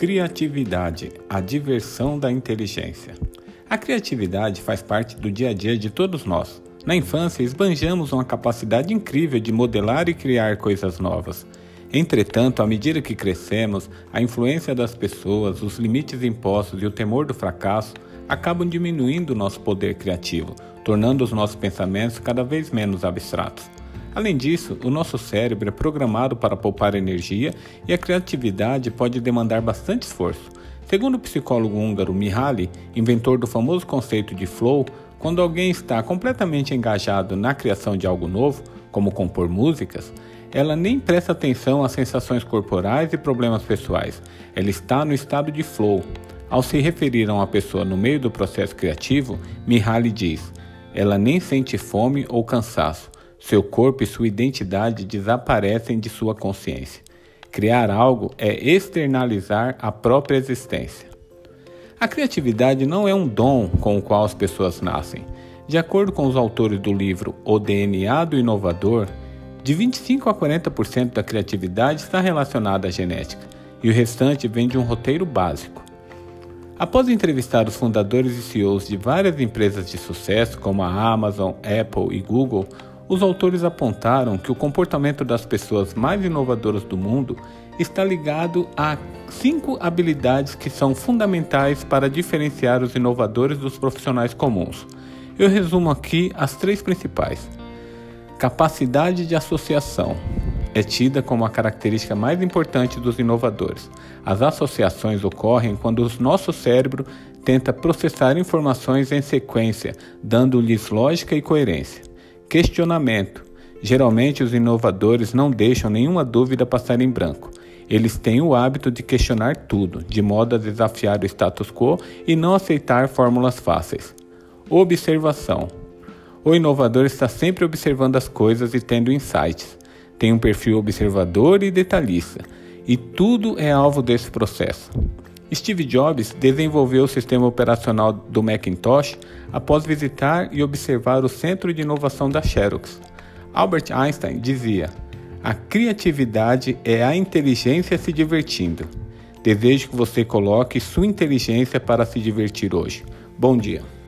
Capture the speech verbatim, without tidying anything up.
Criatividade, a diversão da inteligência. A criatividade faz parte do dia a dia de todos nós. Na infância, esbanjamos uma capacidade incrível de modelar e criar coisas novas. Entretanto, à medida que crescemos, a influência das pessoas, os limites impostos e o temor do fracasso acabam diminuindo nosso poder criativo, tornando os nossos pensamentos cada vez menos abstratos. Além disso, o nosso cérebro é programado para poupar energia e a criatividade pode demandar bastante esforço. Segundo o psicólogo húngaro Mihaly, inventor do famoso conceito de flow, quando alguém está completamente engajado na criação de algo novo, como compor músicas, ela nem presta atenção às sensações corporais e problemas pessoais. Ela está no estado de flow. Ao se referir a uma pessoa no meio do processo criativo, Mihaly diz: ela nem sente fome ou cansaço. Seu corpo e sua identidade desaparecem de sua consciência. Criar algo é externalizar a própria existência. A criatividade não é um dom com o qual as pessoas nascem. De acordo com os autores do livro O D N A do Inovador, de vinte e cinco a quarenta por cento da criatividade está relacionada à genética, e o restante vem de um roteiro básico. Após entrevistar os fundadores e C E Os de várias empresas de sucesso, como a Amazon, Apple e Google, os autores apontaram que o comportamento das pessoas mais inovadoras do mundo está ligado a cinco habilidades que são fundamentais para diferenciar os inovadores dos profissionais comuns. Eu resumo aqui as três principais. Capacidade de associação é tida como a característica mais importante dos inovadores. As associações ocorrem quando o nosso cérebro tenta processar informações em sequência, dando-lhes lógica e coerência. Questionamento. Geralmente os inovadores não deixam nenhuma dúvida passar em branco. Eles têm o hábito de questionar tudo, de modo a desafiar o status quo e não aceitar fórmulas fáceis. Observação. O inovador está sempre observando as coisas e tendo insights. Tem um perfil observador e detalhista, e tudo é alvo desse processo. Steve Jobs desenvolveu o sistema operacional do Macintosh após visitar e observar o centro de inovação da Xerox. Albert Einstein dizia: a criatividade é a inteligência se divertindo. Desejo que você coloque sua inteligência para se divertir hoje. Bom dia.